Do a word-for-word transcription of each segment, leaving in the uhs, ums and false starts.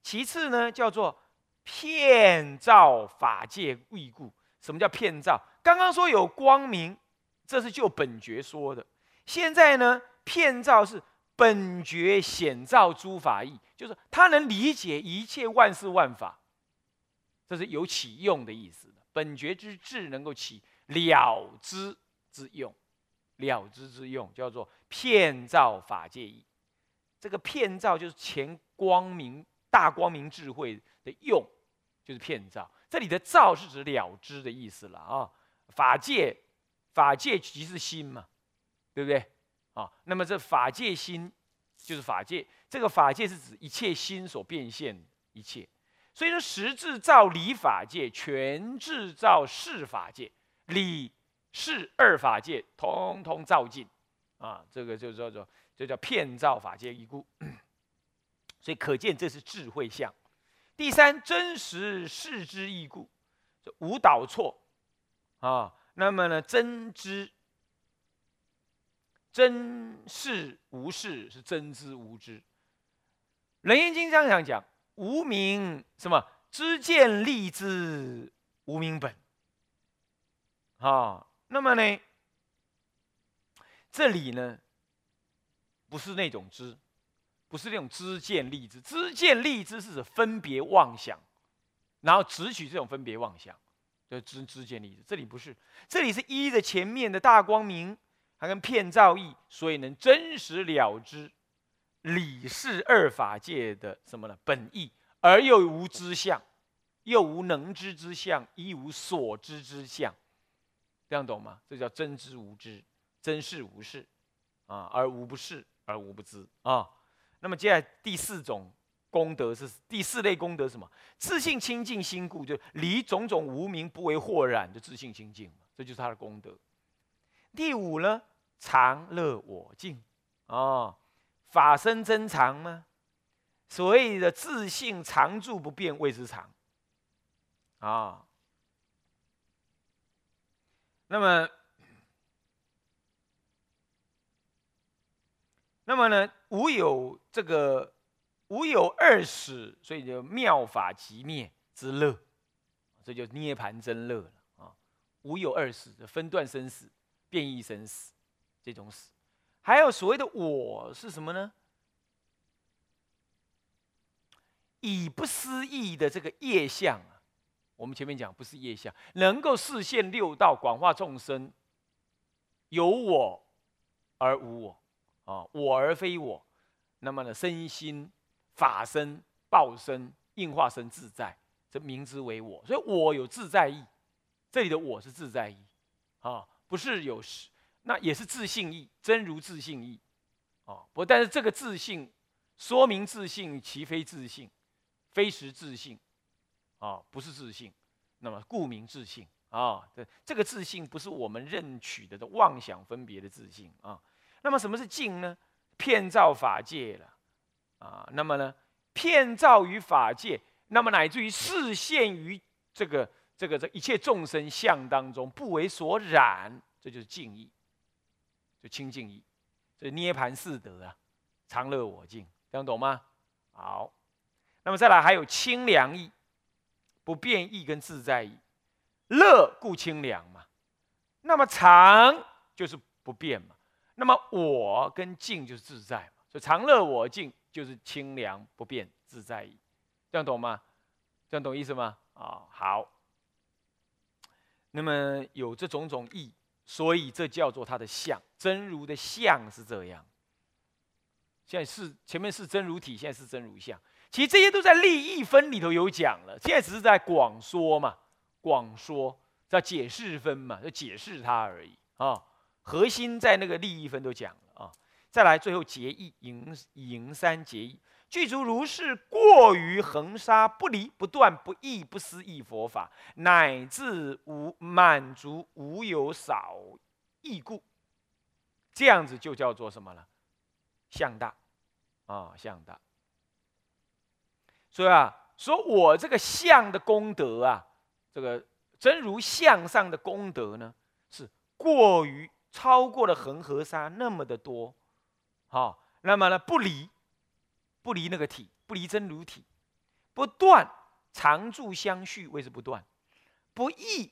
其次呢，叫做遍照法界未故。什么叫遍照？刚刚说有光明，这是就本觉说的。现在呢，遍照是本觉显照诸法义，就是他能理解一切万事万法，这是有起用的意思的。本觉之智能够起了知之用，了知之用叫做遍照法界义。这个遍照就是前光明大光明智慧的用，就是遍照。这里的照是指了知的意思了啊。法界，法界即是心嘛，对不对？啊，那么这法界心就是法界，这个法界是指一切心所变现一切。所以说，实质照理法界，全智照事法界，理事二法界通通照尽啊，这个就叫做这叫遍照法界一故。所以可见这是智慧相。第三，真实事之义故，无导错啊。那么呢，真知真事无事是真知无知。楞严经这样讲，无明什么知见立之无明本啊。那么呢，这里呢不是那种知。不是那种知见立知，知见立知是指分别妄想，然后直取这种分别妄想，就知知见立知。这里不是，这里是依着前面的大光明，还跟遍照义，所以能真实了知理事二法界的什么呢？本意，而又无知相，又无能知之相，亦无所知之相，这样懂吗？这叫真知无知，真事无事啊，而无不是，而无不知啊。那么接下来第四种功德是第四类功德是什么？自性清净心故，就离种种无明不为惑染的自性清净，这就是他的功德。第五呢，常乐我净啊，法身真常吗？所谓的自性常住不变谓之常啊。那么，那么呢，无有这个无有二始，所以就妙法即灭之乐，这就涅盘真乐了啊！无有二始，分段生死、变异生死这种死。还有所谓的我是什么呢？以不思议的这个业相啊，我们前面讲不是业相，能够示现六道，广化众生，有我而无我。啊，我而非我，那么呢，身心、法身、报身、应化身自在，这名之为我。所以我有自在意，这里的我是自在意，啊，不是有实，那也是自性意，真如自性意，啊，不，但是这个自性说明自性，其非自性，非实自性，啊，不是自性，那么故名自性啊。这这个自性不是我们认取的妄想分别的自性啊。那么什么是净呢？遍照法界了啊。那么呢，遍照于法界，那么乃至于示现于这个这个这一切众生相当中，不为所染，这就是净意，就清净意，这涅盘四德啊，常乐我净，这样懂吗？好，那么再来还有清凉意、不变意跟自在意。乐故清凉嘛，那么常就是不变嘛。那么我跟净就是自在嘛，所以常乐我净就是清凉不变自在意，这样懂吗？这样懂意思吗？啊、哦，好。那么有这种种意，所以这叫做它的相，真如的相是这样。现在是前面是真如体，现在是真如相。其实这些都在立义分里头有讲了，现在只是在广说嘛，广说在解释分嘛，就解释它而已啊。哦，核心在那个利益分都讲了啊。再来最后结义，营营三结义，具足如是过于恒沙不离不断不异不思议佛法，乃至无满足无有少异故，这样子就叫做什么了？相大啊，相大。所以啊，说我这个相的功德啊，这个真如相上的功德呢，是过于超过了恒河沙那么的多，好，那么呢，不离，不离那个体，不离真如体， 不断常住相续，谓之不断。不异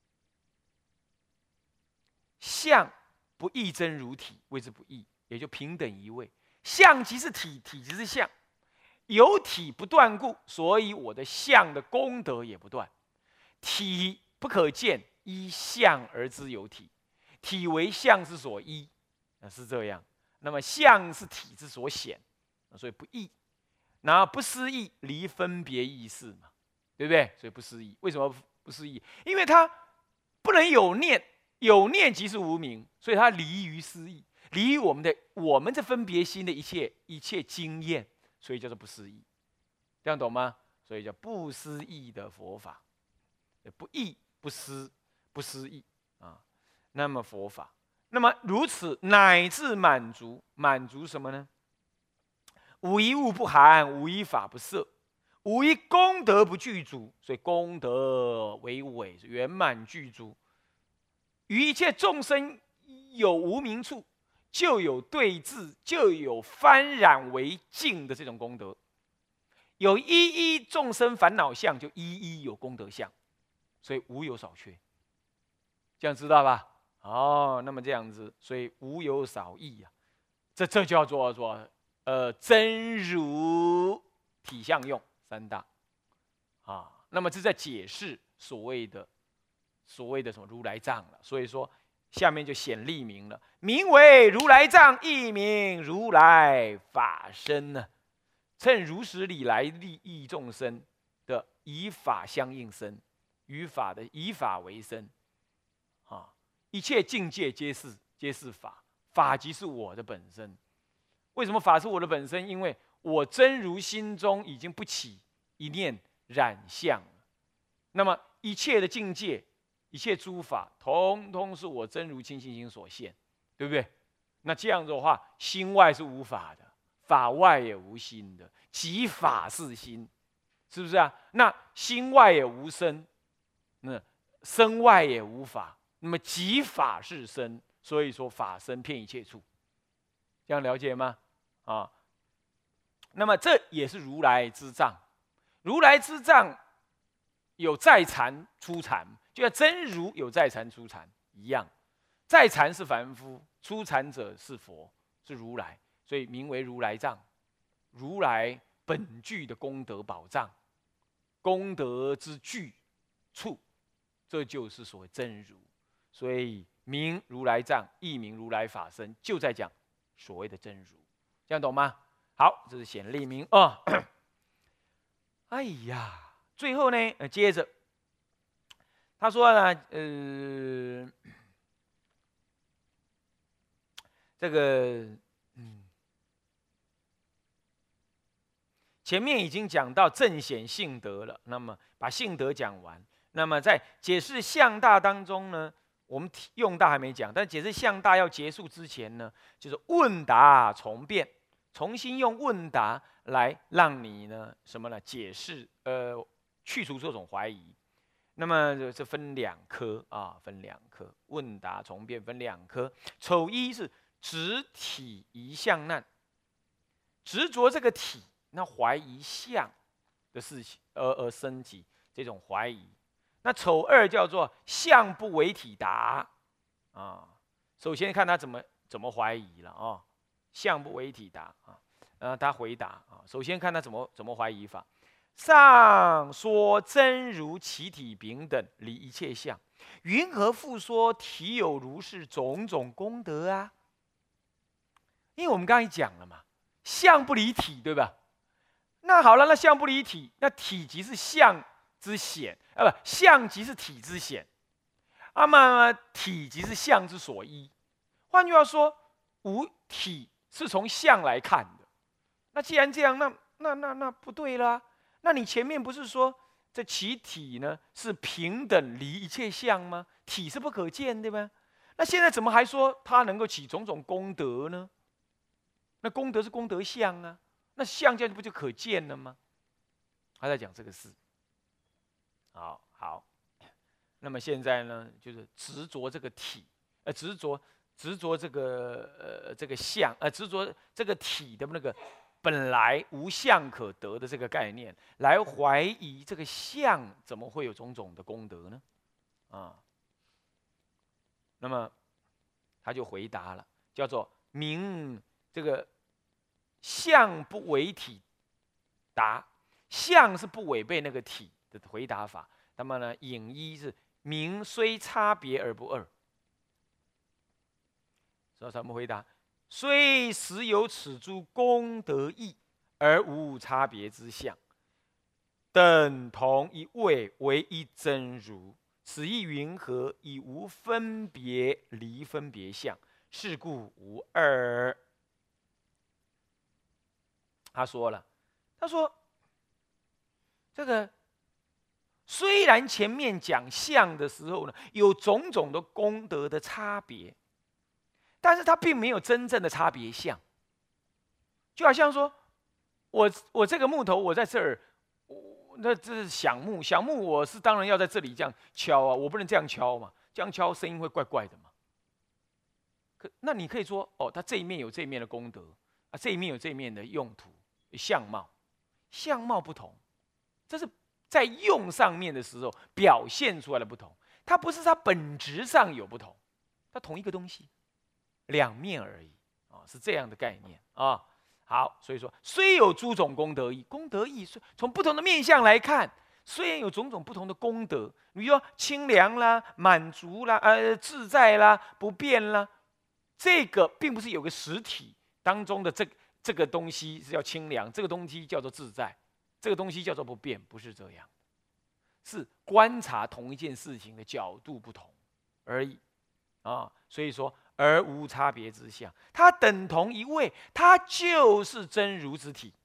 相不异真如体，谓之不异，也就平等一位。相即是体，体即是相，有体不断故，所以我的相的功德也不断。体不可见，依相而知有体，体为相之所依，是这样。那么相是体之所显，所以不异。然后不思议，离分别意识嘛，对不对？所以不思议。为什么不思议？因为它不能有念，有念即是无明，所以它离于思议，离于我们的我们这分别心的一切一切经验，所以叫做不思议。这样懂吗？所以叫不思议的佛法，不异不思不思议啊。那么佛法，那么如此乃至满足，满足什么呢？无一物不含，无一法不摄，无一功德不具足，所以功德为伟，圆满具足。于一切众生有无明处，就有对治，就有幡然为净的这种功德。有一一众生烦恼相，就一一有功德相，所以无有少缺。这样知道吧？哦，那么这样子，所以无有少异啊。这这叫做做。呃，真如体相用三大啊，那么这在解释所谓的所谓的什么如来藏了。所以说，下面就显立名了，名为如来藏，亦名如来法身呢。趁如实理来利益众生的以法相应身，与法的以法为身啊，一切境界皆是皆是法，法即是我的本身。为什么法是我的本身？因为我真如心中已经不起一念染相了。那么一切的境界，一切诸法，统统是我真如清净心所现，对不对？那这样的话，心外是无法的，法外也无心的，即法是心，是不是啊？那心外也无身，那身外也无法，那么即法是身，所以说法身遍一切处。这样了解吗？啊，那么这也是如来之藏。如来之藏有在禅出禅，就像真如有在禅出禅一样。在禅是凡夫，出禅者是佛，是如来，所以名为如来藏。如来本具的功德宝藏，功德之具处，这就是所谓真如。所以名如来藏，亦名如来法身，就在讲所谓的真如。这样懂吗？好，这是显立名啊。哦、哎呀，最后呢，呃，接着他说呢，呃，这个，嗯，前面已经讲到正显性德了，那么把性德讲完，那么在解释相大当中呢，我们用大还没讲，但解释相大要结束之前呢，就是问答重辩，重新用问答来让你呢什么呢解释，呃，去除这种怀疑。那么这分两科啊，分两科，问答重辩分两科。丑一是执体疑相难，执着这个体，那怀疑相的事情，而而升起这种怀疑。那丑二叫做相不为体答啊。首先看他怎么怎么怀疑了啊，相不为体答啊，呃，他回答啊。首先看他怎么怎么怀疑法。上说真如其体平等，离一切相，云何复说体有如是种种功德啊？因为我们刚才讲了嘛，相不离体，对吧？那好了，那相不离体，那体即是相之显，啊不，相即是体之显，那么体即是相之所依。换句话说，无体是从相来看的。那既然这样，那那那那不对啦。那你前面不是说这其体呢是平等离一切相吗？体是不可见对吧？那现在怎么还说它能够起种种功德呢？那功德是功德相啊，那相这样不就可见了吗？他在讲这个事。好好，那么现在呢，就是执着这个体，呃，执着执着这个呃这个相，呃，执着这个体的那个本来无相可得的这个概念，来怀疑这个相怎么会有种种的功德呢？啊，那么他就回答了，叫做明这个相不违体答，相是不违背那个体的回答法。那么呢，引一是名虽差别而不二。所以他们回答：虽实有此诸功德义，而无差别之相，等同一位为一真如。此意云何？以无分别离分别相，是故无二。他说了，他说这个虽然前面讲相的时候呢，有种种的功德的差别，但是它并没有真正的差别相。就好像说，我我这个木头我在这儿，那这是响木，响木我是当然要在这里这样敲啊，我不能这样敲嘛，这样敲声音会怪怪的嘛。可那你可以说，哦，它这一面有这一面的功德啊，这一面有这一面的用途相貌，相貌不同，这是在用上面的时候表现出来的不同，它不是它本质上有不同，它同一个东西，两面而已啊，是这样的概念啊。好，所以说虽有诸种功德义，功德义从不同的面向来看，虽然有种种不同的功德，比如说清凉啦、满足啦、呃自在啦、不变啦，这个并不是有个实体当中的这这个东西是叫清凉，这个东西叫做自在，这个东西叫做不变，不是这样，是观察同一件事情的角度不同而已啊。所以说。而无差别之相，它等同一位，它就是真如之体。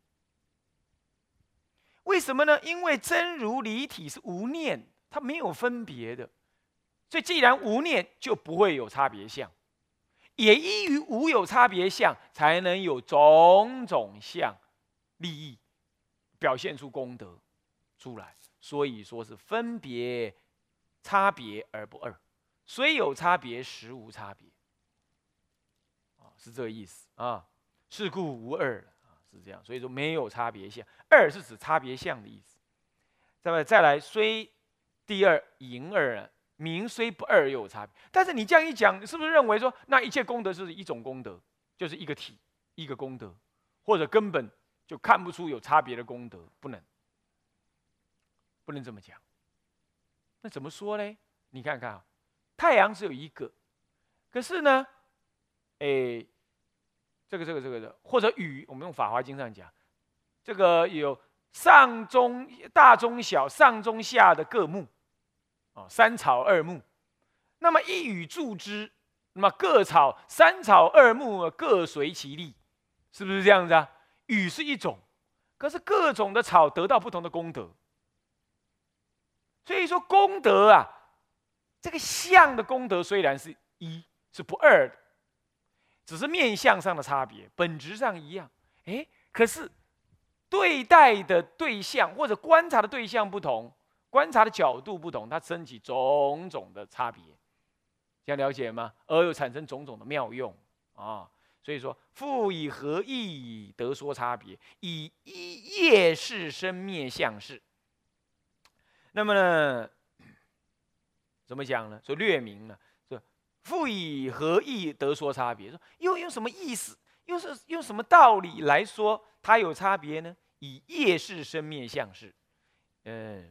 为什么呢？因为真如离体是无念，它没有分别的，所以既然无念，就不会有差别相，也依于无有差别相，才能有种种相利益，表现出功德出来。所以说是分别差别而不二，虽有差别，实无差别。是这个意思啊，是故无二啊，是这样，所以说没有差别相，二是指差别相的意思。再来再来，虽第二淫二，名虽不二又有差别，但是你这样一讲，是不是认为说那一切功德就是一种功德，就是一个体一个功德，或者根本就看不出有差别的功德？不能，不能这么讲。那怎么说呢？你看看啊，太阳只有一个，可是呢？哎，这个这个这个的，或者雨，我们用《法华经》上讲，这个有上中大中小上中下的各目，啊，三草二木，那么一雨助之，那么各草三草二木各随其力，是不是这样子啊？雨是一种，可是各种的草得到不同的功德，所以说功德啊，这个相的功德虽然是一，是不二的。只是面相上的差别，本质上一样。哎，可是对待的对象或者观察的对象不同，观察的角度不同，它升起种种的差别，这样了解吗？而又产生种种的妙用啊。所以说，复以何义得说差别？以一业事生灭相事。那么呢，怎么讲呢？所以略明了。复以何义得说差别？说又用什么意思？又是用什么道理来说它有差别呢？以业事生灭相事，嗯，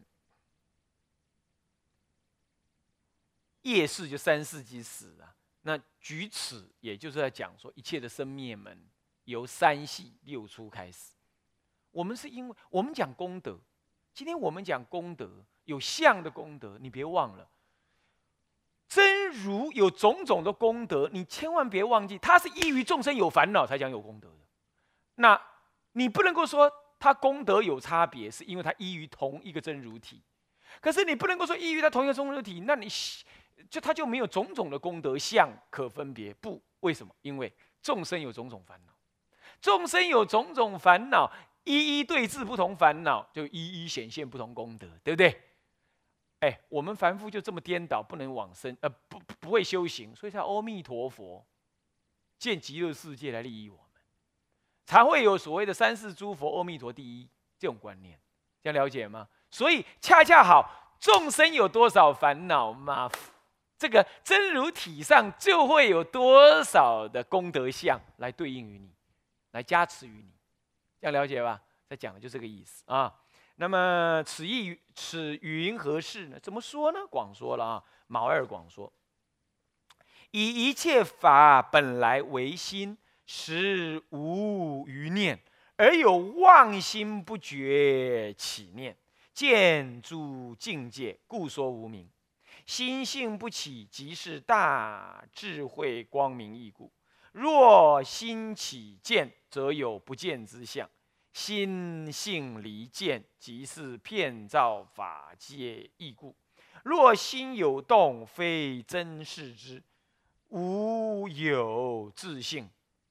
业事就三世即死啊。那举此，也就是在讲说一切的生灭门由三系六出开始。我们是因为我们讲功德，今天我们讲功德有相的功德，你别忘了。真如有种种的功德，你千万别忘记，它是依于众生有烦恼才讲有功德的。那你不能够说它功德有差别，是因为它依于同一个真如体。可是你不能够说依于它同一个真如体，那你就它就没有种种的功德相可分别。不，为什么？因为众生有种种烦恼，众生有种种烦恼，一一对治不同烦恼，就一一显现不同功德，对不对？哎，我们凡夫就这么颠倒，不能往生，呃，不不会修行，所以才阿弥陀佛见极乐世界来利益我们。 才会有所谓的三世诸佛阿弥陀第一这种观念，这样了解吗？所以恰恰好，众生有多少烦恼嘛，这个真如体上就会有多少的功德相来对应于你，来加持于你，这样了解吧？在讲的就这个意思啊。那么此意此云何事呢？怎么说呢？广说了啊，毛二广说，以一切法本来为心，实无余念，而有妄心不觉起念，见诸境界，故说无明。心性不起，即是大智慧光明义故。若心起见，则有不见之相。心性离见，即是遍照法界义故。若心有动，非真实之，无有自性，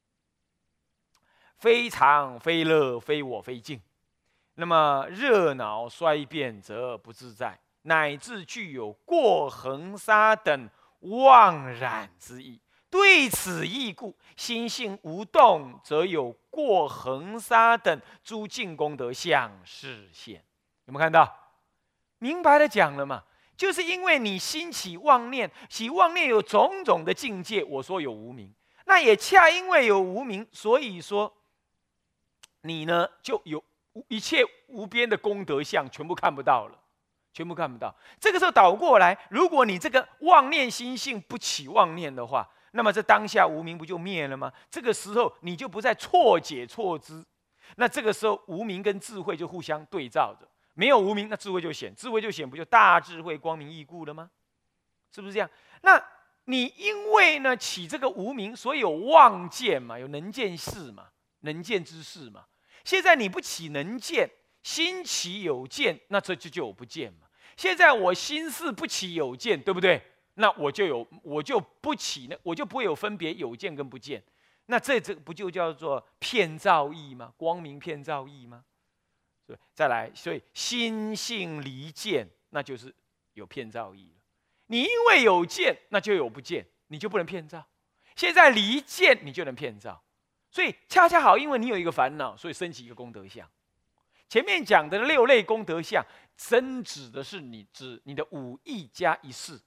非常非乐，非我非净。那么热恼衰变，则不自在，乃至具有过恒沙等妄染之意。对此义故，心性无动，则有过恒沙等诸净功德相示现。有没有看到？明白的讲了嘛？就是因为你心起妄念，起妄念有种种的境界，我说有无明，那也恰因为有无明，所以说你呢就有一切无边的功德相，全部看不到了。全部看不到。这个时候倒过来，如果你这个妄念心性不起妄念的话，那么这当下无明不就灭了吗？这个时候你就不再错解错知，那这个时候无明跟智慧就互相对照着，没有无明，那智慧就显，智慧就显，不就大智慧光明义故了吗？是不是这样？那你因为呢起这个无明，所以有妄见嘛，有能见事嘛，能见之事嘛。现在你不起能见，心起有见，那这就就有不见嘛。现在我心事不起有见，对不对？那我就有，我就不起，我就不会有分别有见跟不见。那这这不就叫做遍照义吗？光明遍照义吗？对，再来，所以心性离见，那就是有遍照义了。你因为有见，那就有不见，你就不能遍照。现在离见，你就能遍照。所以恰恰好，因为你有一个烦恼，所以升起一个功德相。前面讲的六类功德相，真指的是你指你的五义加一事。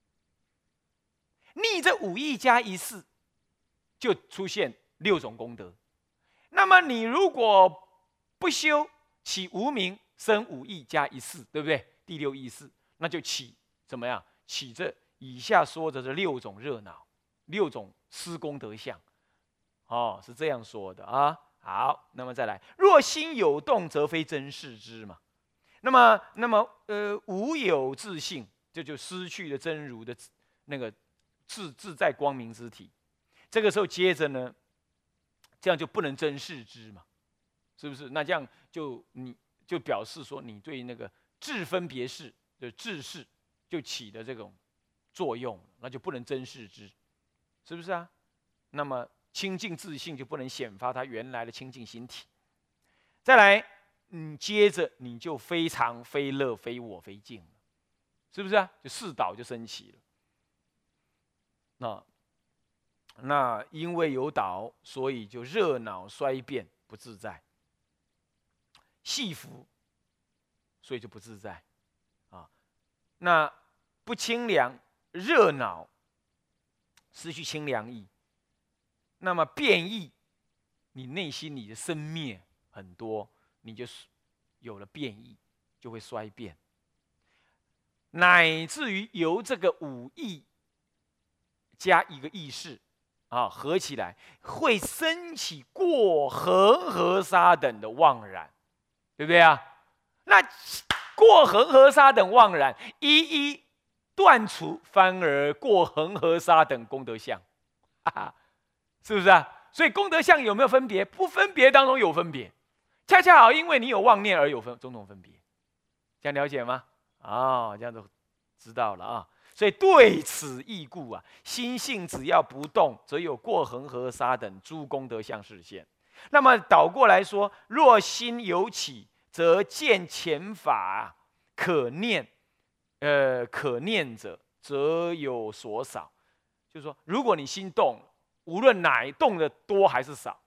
逆这五义加一事，就出现六种功德。那么你如果不修，起无明生五义加一事，对不对？第六义事，那就起怎么样？起这以下说的这六种热闹，六种施功德相。哦，是这样说的啊。好，那么再来，若心有动，则非真视之嘛。那么，那么呃，无有自性，这就失去了真如的那个自自在光明之体。这个时候接着呢，这样就不能真视之嘛，是不是？那这样就你就表示说，你对那个智分别识的智识就起的这种作用，那就不能真视之，是不是啊？那么清净自性就不能显发它原来的清净心体。再来，嗯，接着你就非常非乐非我非净了，是不是啊？就四倒就升起了。那那因为有倒，所以就热恼衰变不自在，系服，所以就不自在啊。那不清凉，热恼失去清凉意。那么变异，你内心里的生灭很多，你就有了变异，就会衰变，乃至于由这个五义加一个意识啊，合起来会升起过恒河沙等的妄染，对不对啊？那过恒河沙等妄染一一断除，反而过恒河沙等功德相，哈哈。是不是啊？所以功德相有没有分别？不分别当中有分别，恰恰好因为你有妄念而有分种种分别，这样了解吗？啊、哦，这样就知道了啊。所以对此义故啊，心性只要不动，则有过恒河沙等诸功德相示现。那么倒过来说，若心有起，则见前法可念，呃，可念者，则有所少。就是说，如果你心动了，无论哪一动的多还是少，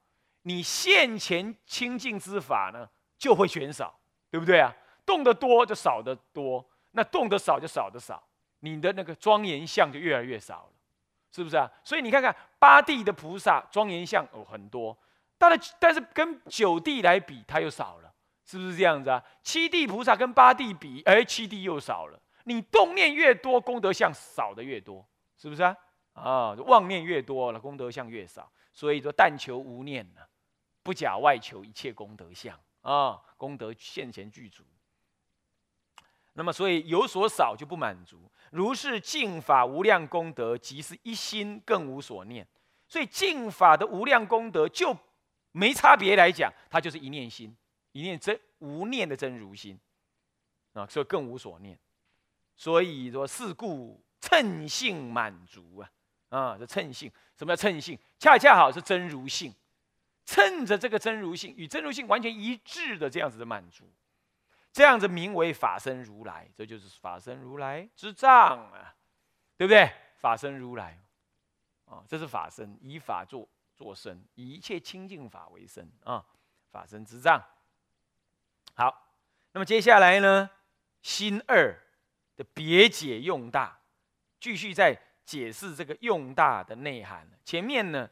你现前清净之法呢就会减少，对不对啊？动得多就少得多，那动得少就少得少，你的那个庄严相就越来越少了，是不是啊？所以你看看八地的菩萨庄严相有很多，但是但是跟九地来比，它又少了，是不是这样子啊？七地菩萨跟八地比，哎，七地又少了。你动念越多，功德相少的越多，是不是啊？啊，妄念越多了，功德相越少。所以说，但求无念呢，不假外求一切功德相啊，功德现前具足。那么，所以有所少就不满足。如是净法无量功德，即是一心更无所念。所以净法的无量功德，就没差别来讲，它就是一念心，一念真无念的真如心啊，所以更无所念。所以说，是故称性满足啊啊，这称性，什么叫称性？恰恰好是真如性，趁着这个真如性与真如性完全一致的这样子的满足。这样子名为法身如来，这就是法身如来之藏啊，对不对？法身如来啊，这是法身，以法作作身，以一切清净法为身啊，法身之藏。好，那么接下来呢，心二的别解用大，继续在解释这个用大的内涵。前面呢，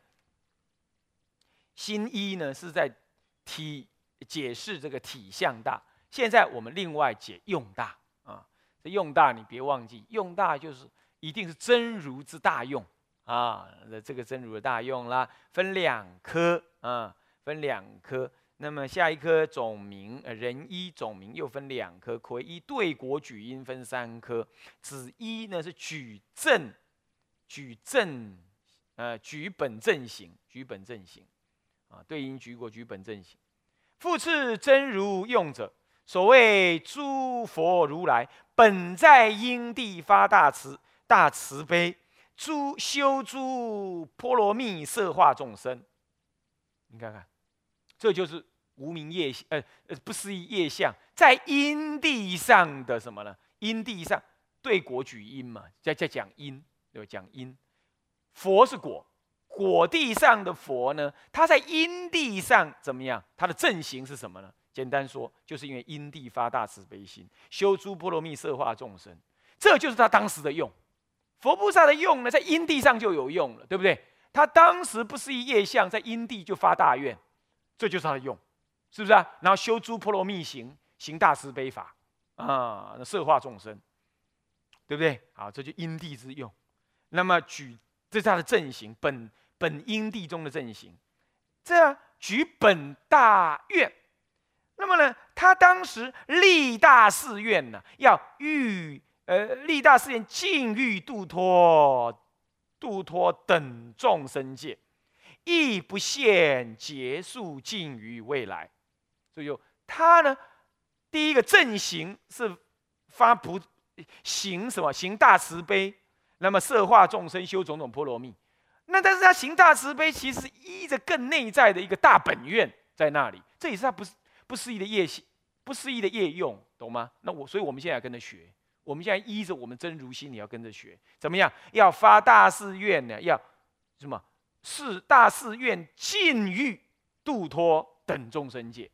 心一呢是在体解释这个体相大。现在我们另外解用大啊，这用大你别忘记，用大就是一定是真如之大用啊，这个真如的大用啦，分两科啊，分两科。那么下一科总名，呃，人一总名又分两科，魁一对果举因分三科，子一呢是举正，举正，呃，举本正行，举本正行啊，对应举果举本正行。复次真如用者。所谓诸佛如来本在因地发大慈大慈悲，诸修诸波罗蜜摄化众生。你看看，这就是无明业呃呃不思议业相，在因地上的什么呢？因地上对果举因嘛，在在讲因，对吧？讲因，佛是果，果地上的佛呢，他在因地上怎么样？他的正行是什么呢？简单说，就是因为因地发大慈悲心，修诸波罗蜜摄化众生，这就是他当时的用。佛菩萨的用呢，在因地上就有用了，对不对？他当时不思议业相，在因地就发大愿，这就是他的用，是不是啊？然后修诸波罗蜜行，行大慈悲法啊，摄化众生，对不对？好，这就因地之用。那么举，这是他的正行，本本因地中的正行，这样举本大愿。那么呢，他当时立大誓愿呢，要欲呃立大誓愿，尽欲度脱度脱等众生界，亦不限结束尽于未来。所以就他呢，第一个正行是发菩行什么？行大慈悲，那么摄化众生，修种种波罗蜜。那但是他行大慈悲，其实依着更内在的一个大本愿在那里，这也是他不是。不思议的业，不思议的业用，懂吗？那我，所以我们现在要跟着学。我们现在依着我们真如心，你要跟着学，怎么样？要发大誓愿呢？要什么？是大誓愿尽欲度脱等众生界。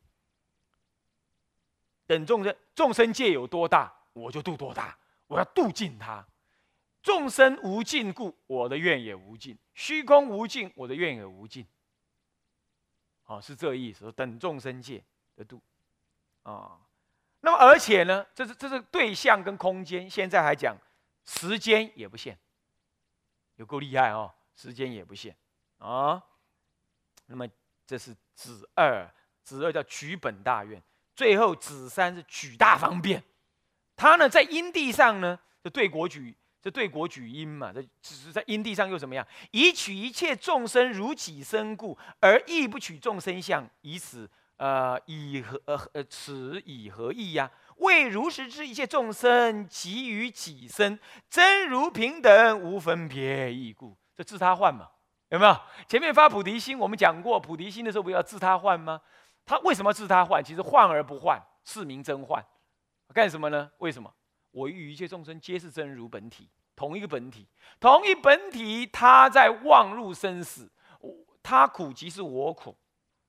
等众生众生界有多大，我就度多大，我要度尽它。众生无尽故，我的愿也无尽；虚空无尽，我的愿也无尽。好、哦，是这意思。等众生界。的度啊，那么而且呢，这是这是对象跟空间，现在还讲时间也不限，有够厉害哦，时间也不限啊。那么这是子二，子二叫举本大愿，最后子三是举大方便。他呢在因地上呢，这对果举，这对果举因嘛，这只是在因地上又怎么样？以取一切众生如己身故，而亦不取众生相，以此。呃，以何呃呃，此以何意呀、啊？为如实之一切众生，即于己身，真如平等，无分别异故。这自他换嘛，有没有？前面发菩提心，我们讲过，菩提心的时候不要自他换吗？他为什么自他换？其实换而不换，是名真换。干什么呢？为什么？我与一切众生皆是真如本体，同一个本体，同一本体，他在妄入生死，他苦即是我苦。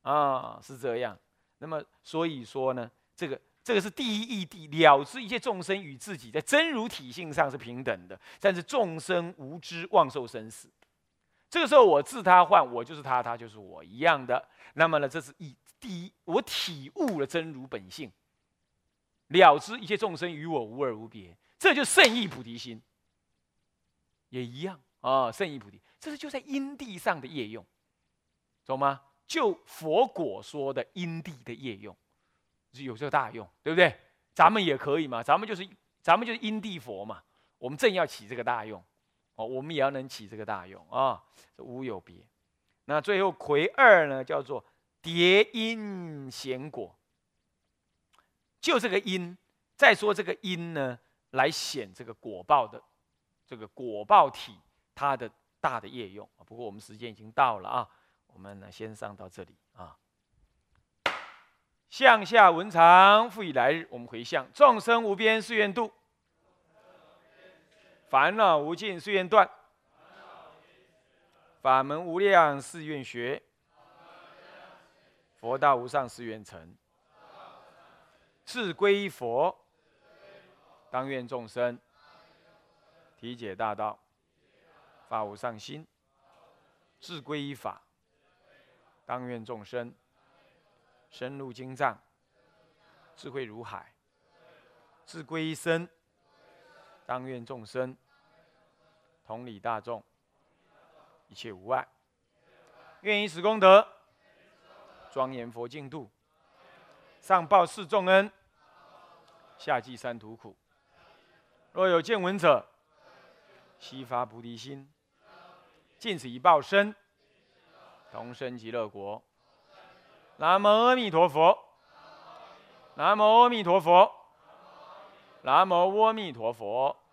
啊，是这样。那么所以说呢，这个这个是第一义谛，了知一切众生与自己在真如体性上是平等的，但是众生无知妄受生死。这个时候我自他换，我就是他，他就是我一样的。那么呢，这是义第一，我体悟了真如本性，了知一切众生与我无二无别，这就圣意菩提心，也一样啊。圣意菩提，这是就在因地上的业用，懂吗？就佛果说的因地的业用，有这个大用，对不对？咱们也可以嘛，咱们就是咱们就是因地佛嘛，我们正要起这个大用，哦，我们也要能起这个大用啊，无有别。那最后魁二呢，叫做叠因显果，就这个因，再说这个因呢，来显这个果报的这个果报体它的大的业用。不过我们时间已经到了啊。我们呢，先上到这里啊。向下文长，复以来日，我们回向：众生无边誓愿度，烦恼无尽誓愿断，法门无量誓愿学，佛道无上誓愿成。志归佛，当愿众生体解大道，发无上心；志归依法，当愿众生深入经藏，智慧如海；智归一生，当愿众生同理大众，一切无碍。愿以此功德，庄严佛净土，上报四重恩，下济三途苦。若有见闻者，悉发菩提心，尽此一报身，同生极乐国。南无阿弥陀佛，南无阿弥陀佛，南无阿弥陀佛。